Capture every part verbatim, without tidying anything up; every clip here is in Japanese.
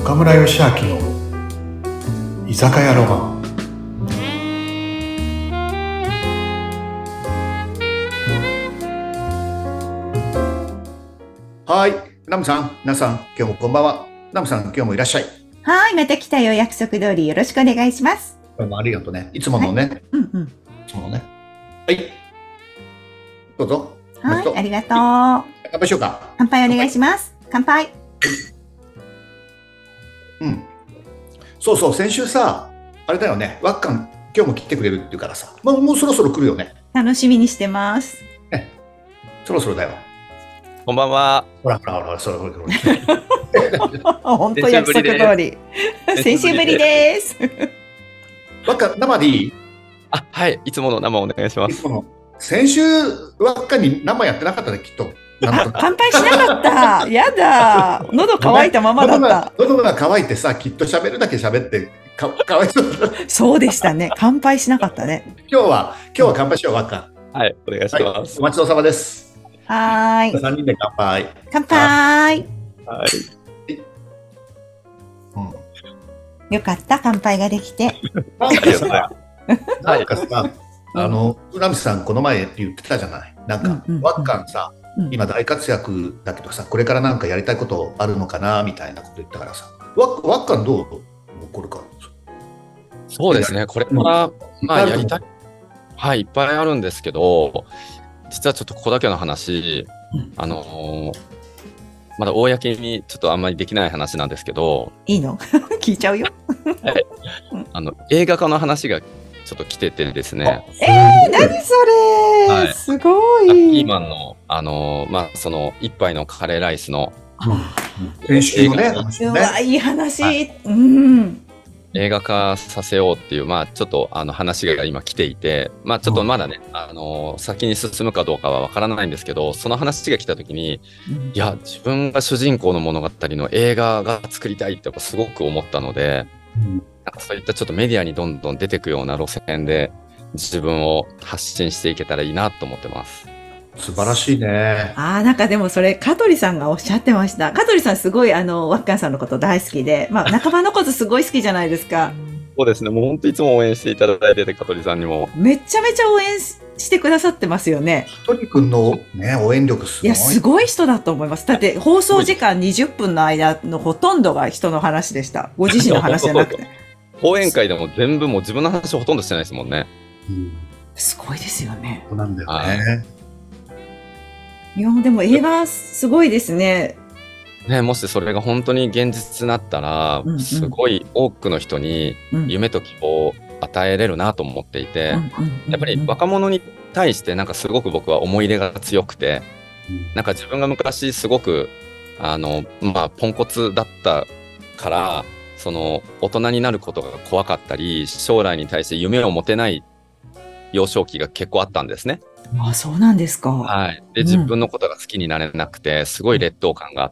中村義明の居酒屋ロマン。はい、ナムさん、皆さん、今日もこんばんは。ナムさん、今日もいらっしゃい。 はい、また来たよ。約束通りよろしくお願いします。 どうもありがとうね。いつものね。はい、 うんうん。 いつものね。はい。どうぞ。 はい、ありがとう。 乾杯しようか。 乾杯お願いします。乾杯。 うん。そうそう、先週さ、あれだよね。ワッカン、今日も来てくれるって言うからさ、もう、もうそろそろ来るよね。 楽しみにしてます。 ね、そろそろだよ。 こんばんは。 ほらほらほら、そろそろそろ。 本当約束通り。久しぶりです。 ワッカン、生でいい？ あ、はい、いつもの生お願いします。 先週、ワッカンに生やってなかったね、きっと。 あ、乾杯しなかった。やだ。喉乾いたままだった。 喉が乾いてさ、きっと喋るだけ喋って、か、かわいそう。 そうでしたね。乾杯しなかったね。 今日は、今日は乾杯しよう、ワッカン。 はい、お願いします。 はい、お待ちどうさまです。 はーい。 さんにんで乾杯。 乾杯。 はい。 うん、 よかった、乾杯ができて。 なんかさ、なんかさ、あの、浦見さんこの前って言ってたじゃない。なんか、うんうんうん、ワッカンさ、今大活躍だけどさ、これからなんかやりたいことあるのかなみたいなこと言ったからさ、ワッワッカンどうこれから？ そうですね、これから、うん、まあやりたい、はい、いっぱいあるんですけど、実はちょっとここだけの話、うん、あのー、まだ公にちょっとあんまりできない話なんですけど。 いいの？聞いちゃうよ。 はい、あの映画化の話がちょっと来ててですね。 えー、何それ、はい、すごい。 ラッキーマンの、あのー、まあ、その一杯のカレーライスの、 練習のね、 うわ、いい話、はい、うん。 映画化させようっていう、まあ、ちょっとあの話が今来ていて、まあ、ちょっとまだね、うん、あのー、先に進むかどうかはわからないんですけど、その話が来た時に、うん、いや、自分が主人公の物語の映画が作りたいってすごく思ったので、うん、なんかそういったちょっとメディアにどんどん出てくような路線で自分を発信していけたらいいなと思ってます。 素晴らしいね。 ああ、なんかでもそれ、香取さんがおっしゃってました。香取さんすごいあの、ワッカンさんのこと大好きで、まあ仲間のことすごい好きじゃないですか。 そうですね、もう本当いつも応援していただいてて、香取さんにも。 めちゃめちゃ応援してくださってますよね。 香取くんのね、応援力すごい。 いや、すごい人だと思います。だって放送時間にじゅっぷんの間のほとんどが人の話でした。ご自身の話じゃなくて。 講演会でも全部もう自分の話ほとんどしてないですもんね。 うん、すごいですよね。 そうなんだよね。 いや、でも映画すごいですね。 ね、もしそれが本当に現実になったら、うんうん、すごい多くの人に夢と希望を与えれるなと思っていて、やっぱり若者に対してなんかすごく僕は思い入れが強くて、うん、なんか自分が昔すごくあの、まあ、ポンコツだったから、その大人になることが怖かったり、将来に対して夢を持てない幼少期が結構あったんですね。 あ、そうなんですか。 はい。で、自分のことが好きになれなくて、すごい劣等感があって、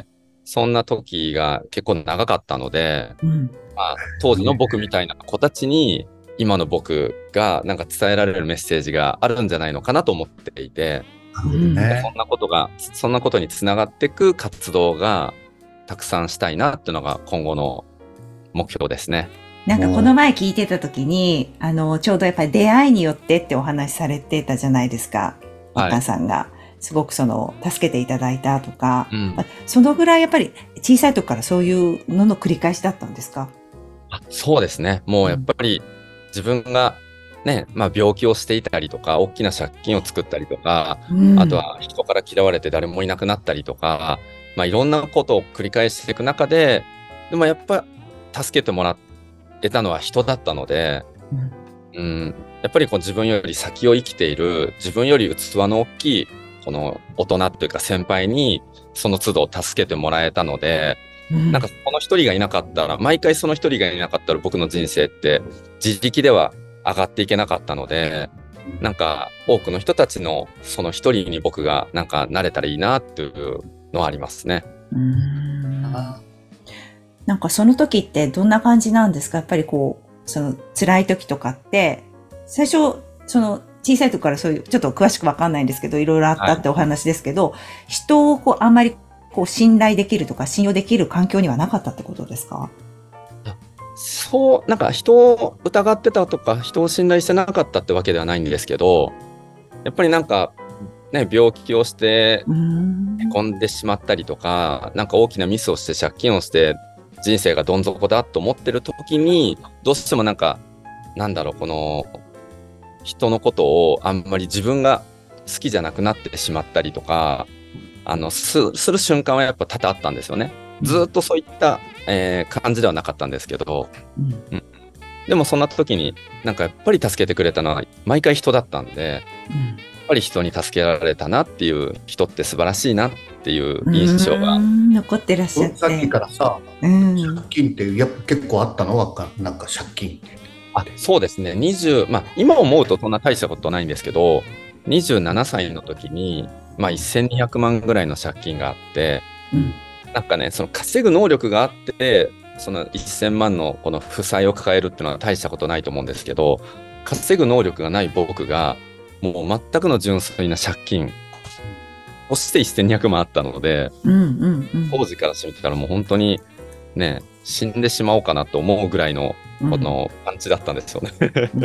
そんな時が結構長かったので、うん、まあ、当時の僕みたいな子たちに、今の僕がなんか伝えられるメッセージがあるんじゃないのかなと思っていて、うんね、そんなことが、そんなことにつながっていく活動がたくさんしたいなっていうのが今後の目標ですね。 なんかこの前聞いてた時に、あの、ちょうどやっぱり出会いによってってお話しされてたじゃないですか。ワッカンさんが。すごくその、助けていただいたとか、うん、そのぐらいやっぱり小さい時からそういうのの繰り返しだったんですか？ あ、そうですね。もうやっぱり自分がね、まあ病気をしていたりとか、大きな借金を作ったりとか、うん、あとは人から嫌われて誰もいなくなったりとか、まあいろんなことを繰り返していく中で、でもやっぱ助けてもらって得たのは人だったので、うんうん、やっぱりこう自分より先を生きている、自分より器の大きいこの大人というか先輩にその都度助けてもらえたので、うん、なんかこの一人がいなかったら、毎回その一人がいなかったら僕の人生って自力では上がっていけなかったので、なんか多くの人たちのその一人に僕がなんかなれたらいいなっていうのはありますね。 うーん、なんかその時ってどんな感じなんですか？やっぱりこう、その辛い時とかって、最初、その小さい時からそういう、ちょっと詳しくわかんないんですけど、いろいろあったってお話ですけど、はい、人をこうあんまりこう信頼できるとか信用できる環境にはなかったってことですか？ そう、なんか人を疑ってたとか、人を信頼してなかったってわけではないんですけど、やっぱりなんか、ね、病気をして、へこんでしまったりとか、なんか大きなミスをして借金をして、人生がどん底だと思ってる時に、どうしてもなんか、なんだろう、この、人のことをあんまり自分が好きじゃなくなってしまったりとか、あの、す、する瞬間はやっぱ多々あったんですよね。ずっとそういった、えー、感じではなかったんですけど、うんうん、でもそんな時になんかやっぱり助けてくれたのは毎回人だったんで、うん、やっぱり人に助けられたなっていう、人って素晴らしいなっていう印象が残ってらっしゃって。 さっきからさ、うん、借金ってやっぱ結構あったの？なんか借金って。 あ、そうですね。にじゅう、まあ今思うとそんな大したことないんですけど、にじゅうななさいの時に、まあせんにひゃくまんぐらいの借金があって、うんなんかね、その稼ぐ能力があって、そのせんまんのこの負債を抱えるっていうのは大したことないと思うんですけど、稼ぐ能力がない僕が、もう全くの純粋な借金、そしてせんにひゃくまんあったので、うんうんうん、当時からしてみたらもう本当にね、死んでしまおうかなと思うぐらいのこのパンチだったんですよね。 うん、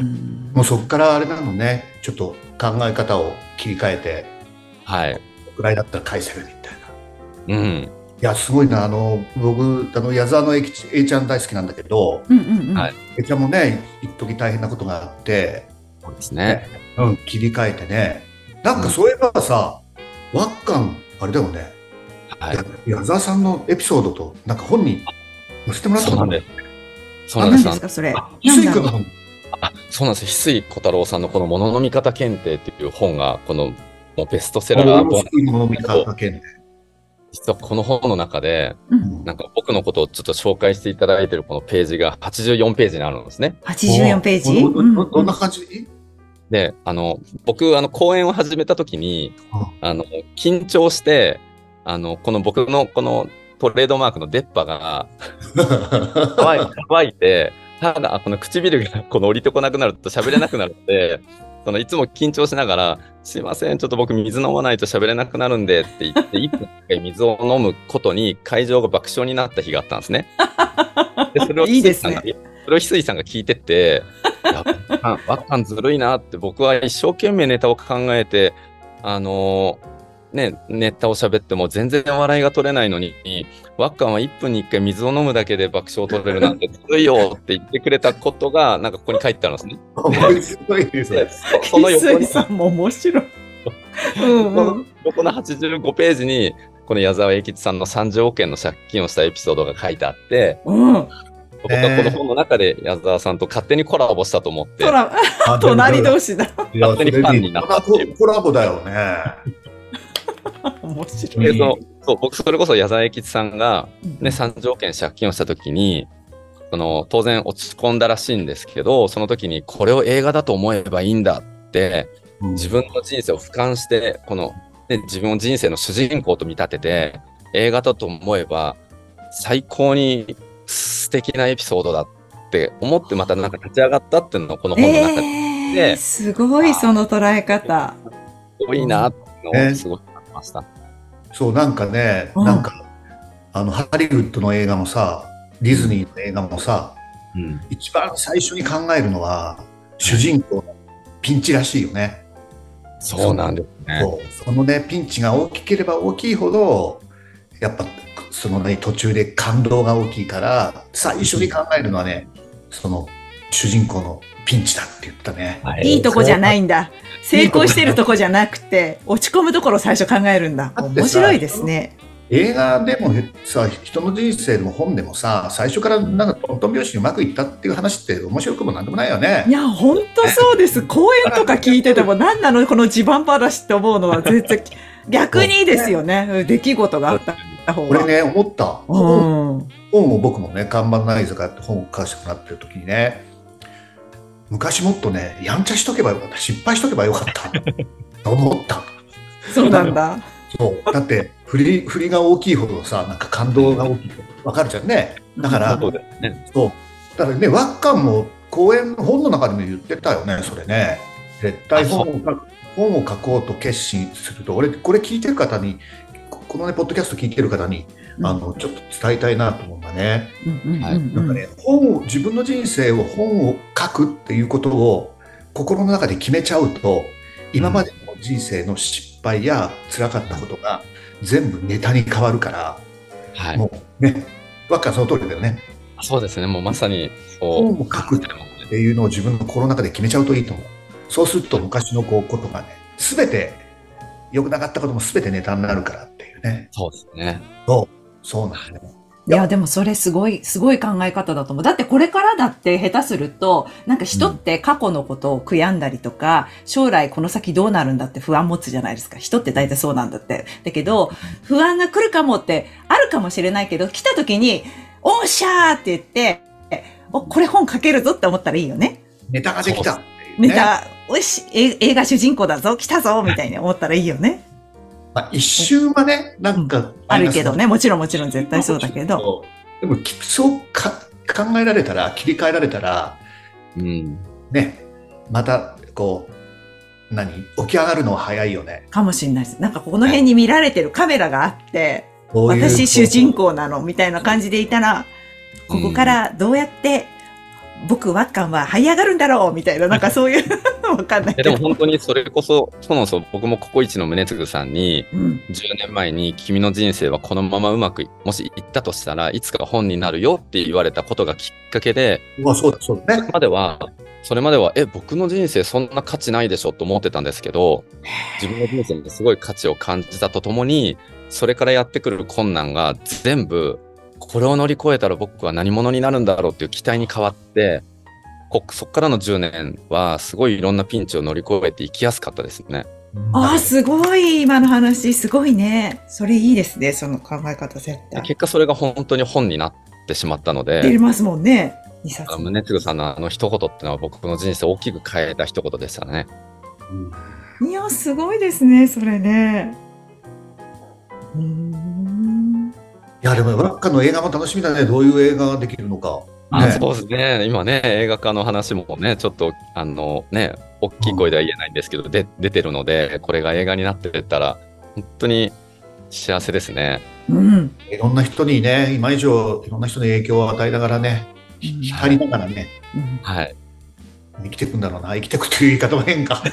もうそこからあれなのね、ちょっと考え方を切り替えて、 はい。 ぐらいだったら返せるみたいな。うん。いやすごいな。あの僕あの矢沢の A, A ちゃん大好きなんだけど、うんうんうん、A ちゃんもね一時大変なことがあって、 そうですね、 うん、切り替えてね、なんかそういえばさ、うん、ワッカンあれだよね、はい、矢沢さんのエピソードとなんか本に載せてもらったの？ そうなんです。 そうなんです。何ですかそれ？ 翡翠君の本。 あ、そうなんです。翡翠小太郎さんのこの物の見方検定っていう本がこのもうベストセラー本。 物の見方検定。 実はこの本の中で、うん、なんか僕のことをちょっと紹介していただいているこのページがはちじゅうよんページにあるんですね。 はちじゅうよんページ？ ど, ど, どんな感じ？ で、あの、僕、あの、講演を始めた時に、あの、緊張して、あの、この僕のこのトレードマークの出っ歯が乾い、乾いて、ただ、この唇がこの降りてこなくなると喋れなくなるので、そのいつも緊張しながら、すいません、ちょっと僕水飲まないと喋れなくなるんでって言って、いっぷんで水を飲むことに会場が爆笑になった日があったんですね。でそれを翡翠さんが、いいですね、それを翡翠さんが聞いてて、ワッカンずるいなって、僕は一生懸命ネタを考えて、あのー、ね、ネタを喋っても全然笑いが取れないのに、ワッカンはいっぷんにいっかい水を飲むだけで爆笑を取れるなんてずるいよって言ってくれたことが、なんかここに書いてあるんですね。 面白いですね。 その横に。さんも面白い。 うんうん、横のはちじゅうごページに、この矢沢永吉さんのさんじゅうおくえんの借金をしたエピソードが書いてあって、うん、僕はこの本の中で矢沢さんと勝手にコラボしたと思って、 隣同士だ。 勝手にファンになったっていう。 コラボだよね。 面白い。 でそのそう僕それこそ矢沢永吉さんが、ね、さんじゅうおくえん借金をしたときに、その当然落ち込んだらしいんですけど、その時にこれを映画だと思えばいいんだって、うん、自分の人生を俯瞰して、この、ね、自分を人生の主人公と見立てて、映画だと思えば最高に素敵なエピソードだって思って、またなんか立ち上がったっていうのをこの本の中で、えー、すごいその捉え方。 すごいなっていうのをすごい思いました。 えー、そうなんかね、うん、なんかあのハリウッドの映画もさ、ディズニーの映画もさ、うん、一番最初に考えるのは主人公のピンチらしいよね。 そうなんですね。 そ, そのねピンチが大きければ大きいほどやっぱそのね途中で感動が大きいから、最初に考えるのはね、その主人公のピンチだって言ったね。 いいとこじゃないんだ。成功してるとこじゃなくて落ち込むところを最初考えるんだ。面白いですね。 映画でもさ、人の人生でも本でもさ、最初からなんかトントン拍子にうまくいったっていう話って面白くもなんでもないよね。 いや本当そうです。講演とか聞いてても何なのこの地盤話って思うのは全然逆にですよね。出来事があった方が。 これね思った、うん、本を僕もね看板ナイズがって本を書かせてもらってる時にね、昔もっとねやんちゃしとけばよかった、失敗しとけばよかったと思った。 そうなんだ。 そうだって振り振りが大きいほどさ、なんか感動が大きいわかるじゃんね。だから、そうだね。そうだからね、ワッカンも講演の本の中でも言ってたよね、それね。絶対本を書く本を書こうと決心すると、俺これ聞いてる方にこのね、ポッドキャスト聞いてる方に、うん、あの、ちょっと伝えたいなと思うんだね。なんかね、本を、自分の人生を本を書くっていうことを心の中で決めちゃうと、今までの人生の失敗や辛かったことが全部ネタに変わるから、はい、もうね、わっかその通りだよね。 そうですね、もうまさにそう。 本を書くっていうのを自分の心の中で決めちゃうといいと思う。そうすると昔のこうことがね、すべて良くなかったこともすべてネタになるからっていうね。 そうですね。 そう、そうなんだよ。 いや、でもそれすごい、すごい考え方だと思う。だってこれからだって下手すると、なんか人って過去のことを悔やんだりとか、うん、将来この先どうなるんだって不安持つじゃないですか。人って大体そうなんだって。だけど、不安が来るかもってあるかもしれないけど、来た時に、おっしゃーって言って、お、これ本書けるぞって思ったらいいよね。 ネタができた、ね。 ネタ、おいし、映画主人公だぞ、来たぞ、みたいに思ったらいいよね。 まあ、一瞬はね、なんか、うん、 あるけどね、もちろんもちろん絶対そうだけど。 でも、そうか考えられたら、切り替えられたら、うん、ね、また、こう、何起き上がるのは早いよね。 かもしれないです。なんかこの辺に見られてるカメラがあって、私主人公なのみたいな感じでいたら、ここからどうやって、僕、ワッカンは這い上がるんだろうみたいな、なんかそういう、わかんないけど。 でも本当にそれこそ、そもそも僕もココイチの宗次さんに、うん、じゅうねんまえに君の人生はこのままうまく、もしいったとしたらいつか本になるよって言われたことがきっかけで、 まあそうだそうだね。 それまでは、それまでは、え、僕の人生そんな価値ないでしょと思ってたんですけど、自分の人生にすごい価値を感じたとともに、それからやってくる困難が全部、これを乗り越えたら僕は何者になるんだろうっていう期待に変わって、こそっからのじゅうねんはすごいいろんなピンチを乗り越えていきやすかったですね。 ああ、すごい今の話、すごいね。それいいですね、その考え方絶対。 結果それが本当に本になってしまったので。 出ますもんね、にさつ。 宗次さんのあの一言っていうのは僕の人生を大きく変えた一言でしたね。 うん、いや、すごいですね、それね。うーん。 いや、でも、ワッカの映画も楽しみだね。どういう映画ができるのか。 あ、ね、そうですね。今ね、映画化の話もね、ちょっと、あのね、大きい声では言えないんですけど、うん、で出てるので、これが映画になってたら、本当に幸せですね。 うん。 いろんな人にね、今以上、いろんな人に影響を与えながらね、光りながらね、 うん、はい。 生きていくんだろうな。生きていくという言い方は変か。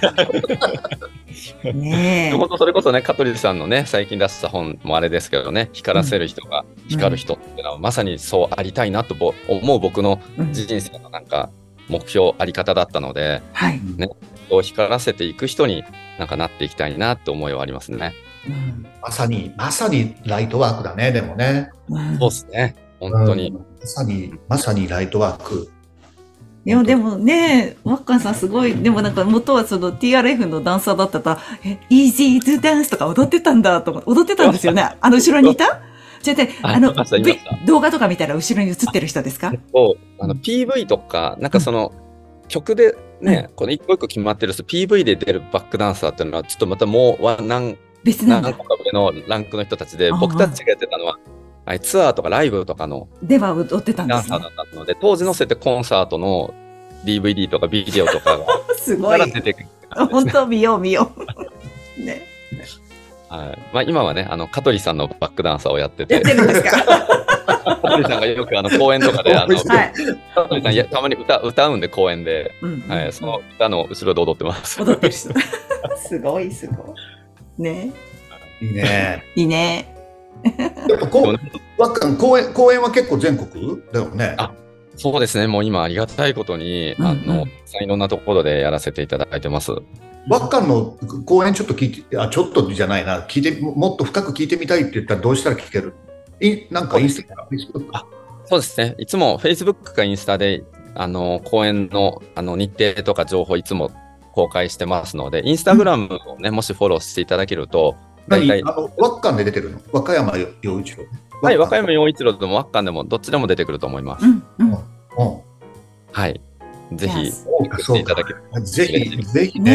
ねえ。 本当それこそね、香取さんのね、最近出した本もあれですけどね、光らせる人が光る人っていうのは、うん、まさにそうありたいなと思う僕の人生のなんか目標、あり方だったので、 はい、 ね、そう光らせていく人になんかなっていきたいなって思いはありますね。 うん、まさに、まさにライトワークだね、でもね。 うん、そうですね、本当に、うん。 まさに、まさにライトワーク。 いや、でもね、ワッカンさんすごい、でもなんか元はその ティーアールエフ のダンサーだったら、え、Easy to Dance とか踊ってたんだとか、踊ってたんですよね。あの後ろにいたじゃあ、あの、動画とか見たら後ろに映ってる人ですか？ そう、あの ピーブイ とか、なんかその、うん、曲でね、うん、この一個一個決まってる ピーブイ で出るバックダンサーっていうのは、ちょっとまたもう、何、 別なんだ。 何個か上のランクの人たちで、僕たちがやってたのは、はい、ツアーとかライブとかのでは踊ってたんですね。 ダンサーだったので、当時載せてコンサートの ディーブイディー とかビデオとかがすごい。 出てくる、ね。 本当見よう見よう。ね。 はい。まあ今はね、あの香取さんのバックダンサーをやってて。 やってるんですか。 香取さんがよくあの公演とかであの、はい、香取さんやたまに歌歌うんで公演で、うんうん、はい、その歌の後ろで踊ってます。 踊ってる人。すごいすごい。ね。 いいね。 いいね。 やっぱこう、ワッカン公演公演は結構全国だよね。 あ、そうですね。もう今ありがたいことに、うんうん、あのいろんなところでやらせていただいてます。 ワッカンの公演ちょっと聞いて、あ、ちょっとじゃないな、聞いてもっと深く聞いてみたいって言ったらどうしたら聞ける？いなんかインスタかフェイスブック？ あ、そうですね。いつもフェイスブックかインスタであの公演のあの日程とか情報いつも公開してますので、インスタグラムをね、うん、もしフォローしていただけると。 何あのワッカンで出てるの？和歌山陽一郎。 はい、和歌山陽一郎でもワッカンでもどっちでも出てくると思います。 うんうんうん、 はい。ぜひ、 していただける。ぜひ、ぜひね。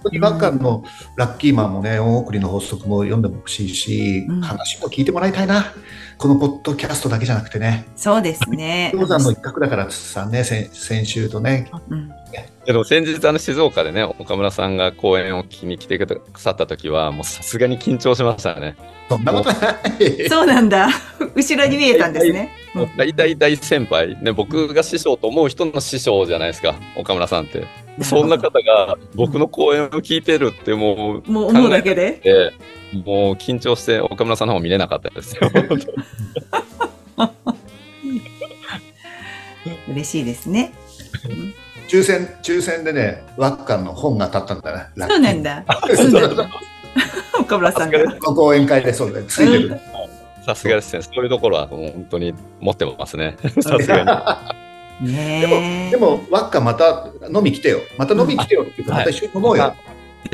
当にワッカンのラッキーマンもね、恩送りの法則も読んでほしいし、うん、話も聞いてもらいたいな。このポッドキャストだけじゃなくてね。 そうですね。 氷山の一角だからさね、先, 先週とね。うん、 でも先日あの静岡でね、岡村さんが講演を聞きに来てくださった時は、もうさすがに緊張しましたね。 そんなことない。 そうなんだ。後ろに見えたんですね。 大大大先輩、ね、僕が師匠と思う人の師匠じゃないですか、岡村さんって。そんな方が僕の講演を聞いてるってもう、 もう思うだけでもう緊張して岡村さんの方見れなかったですよ。 嬉しいですね。 抽選抽選でね、ワッカンの本が当たったんだね。 そうなんだ。岡村さんが講演会でそうだね、ついてる。 さすがですね。そういうところはもう本当に持ってますね。さすがに。 ねでも、でも、ワッカまた飲み来てよ。また飲み来てよって言うと、また一緒に飲もうよ。はい、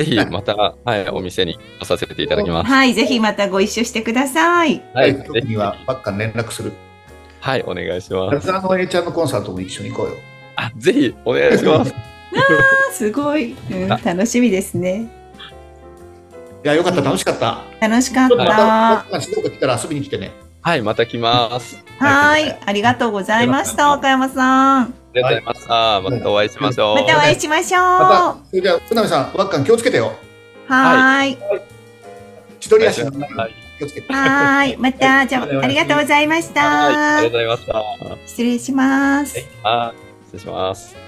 ぜひ、また、はい、お店に来させていただきます。 はい、ぜひまたご一緒してください。 はい、時にはワッカ連絡する。 はい、お願いします。 あの A ちゃんのコンサートも一緒に行こうよ。 あ、ぜひ、お願いします。 あすごい、うん、楽しみですね。 いや、よかった、楽しかった。 楽しかった。 また、静岡来たら遊びに来てね。 はい、また来ます。 はい、ありがとうございました、岡山さん。 ありがとうございました。またお会いしましょう。 またお会いしましょう。 また、それじゃあ、船見さん、ワッカン気をつけてよ。 はい。 一人足の気をつけて。 はい、また、じゃあ、ありがとうございました。 ありがとうございました。 失礼します。 はい、失礼します。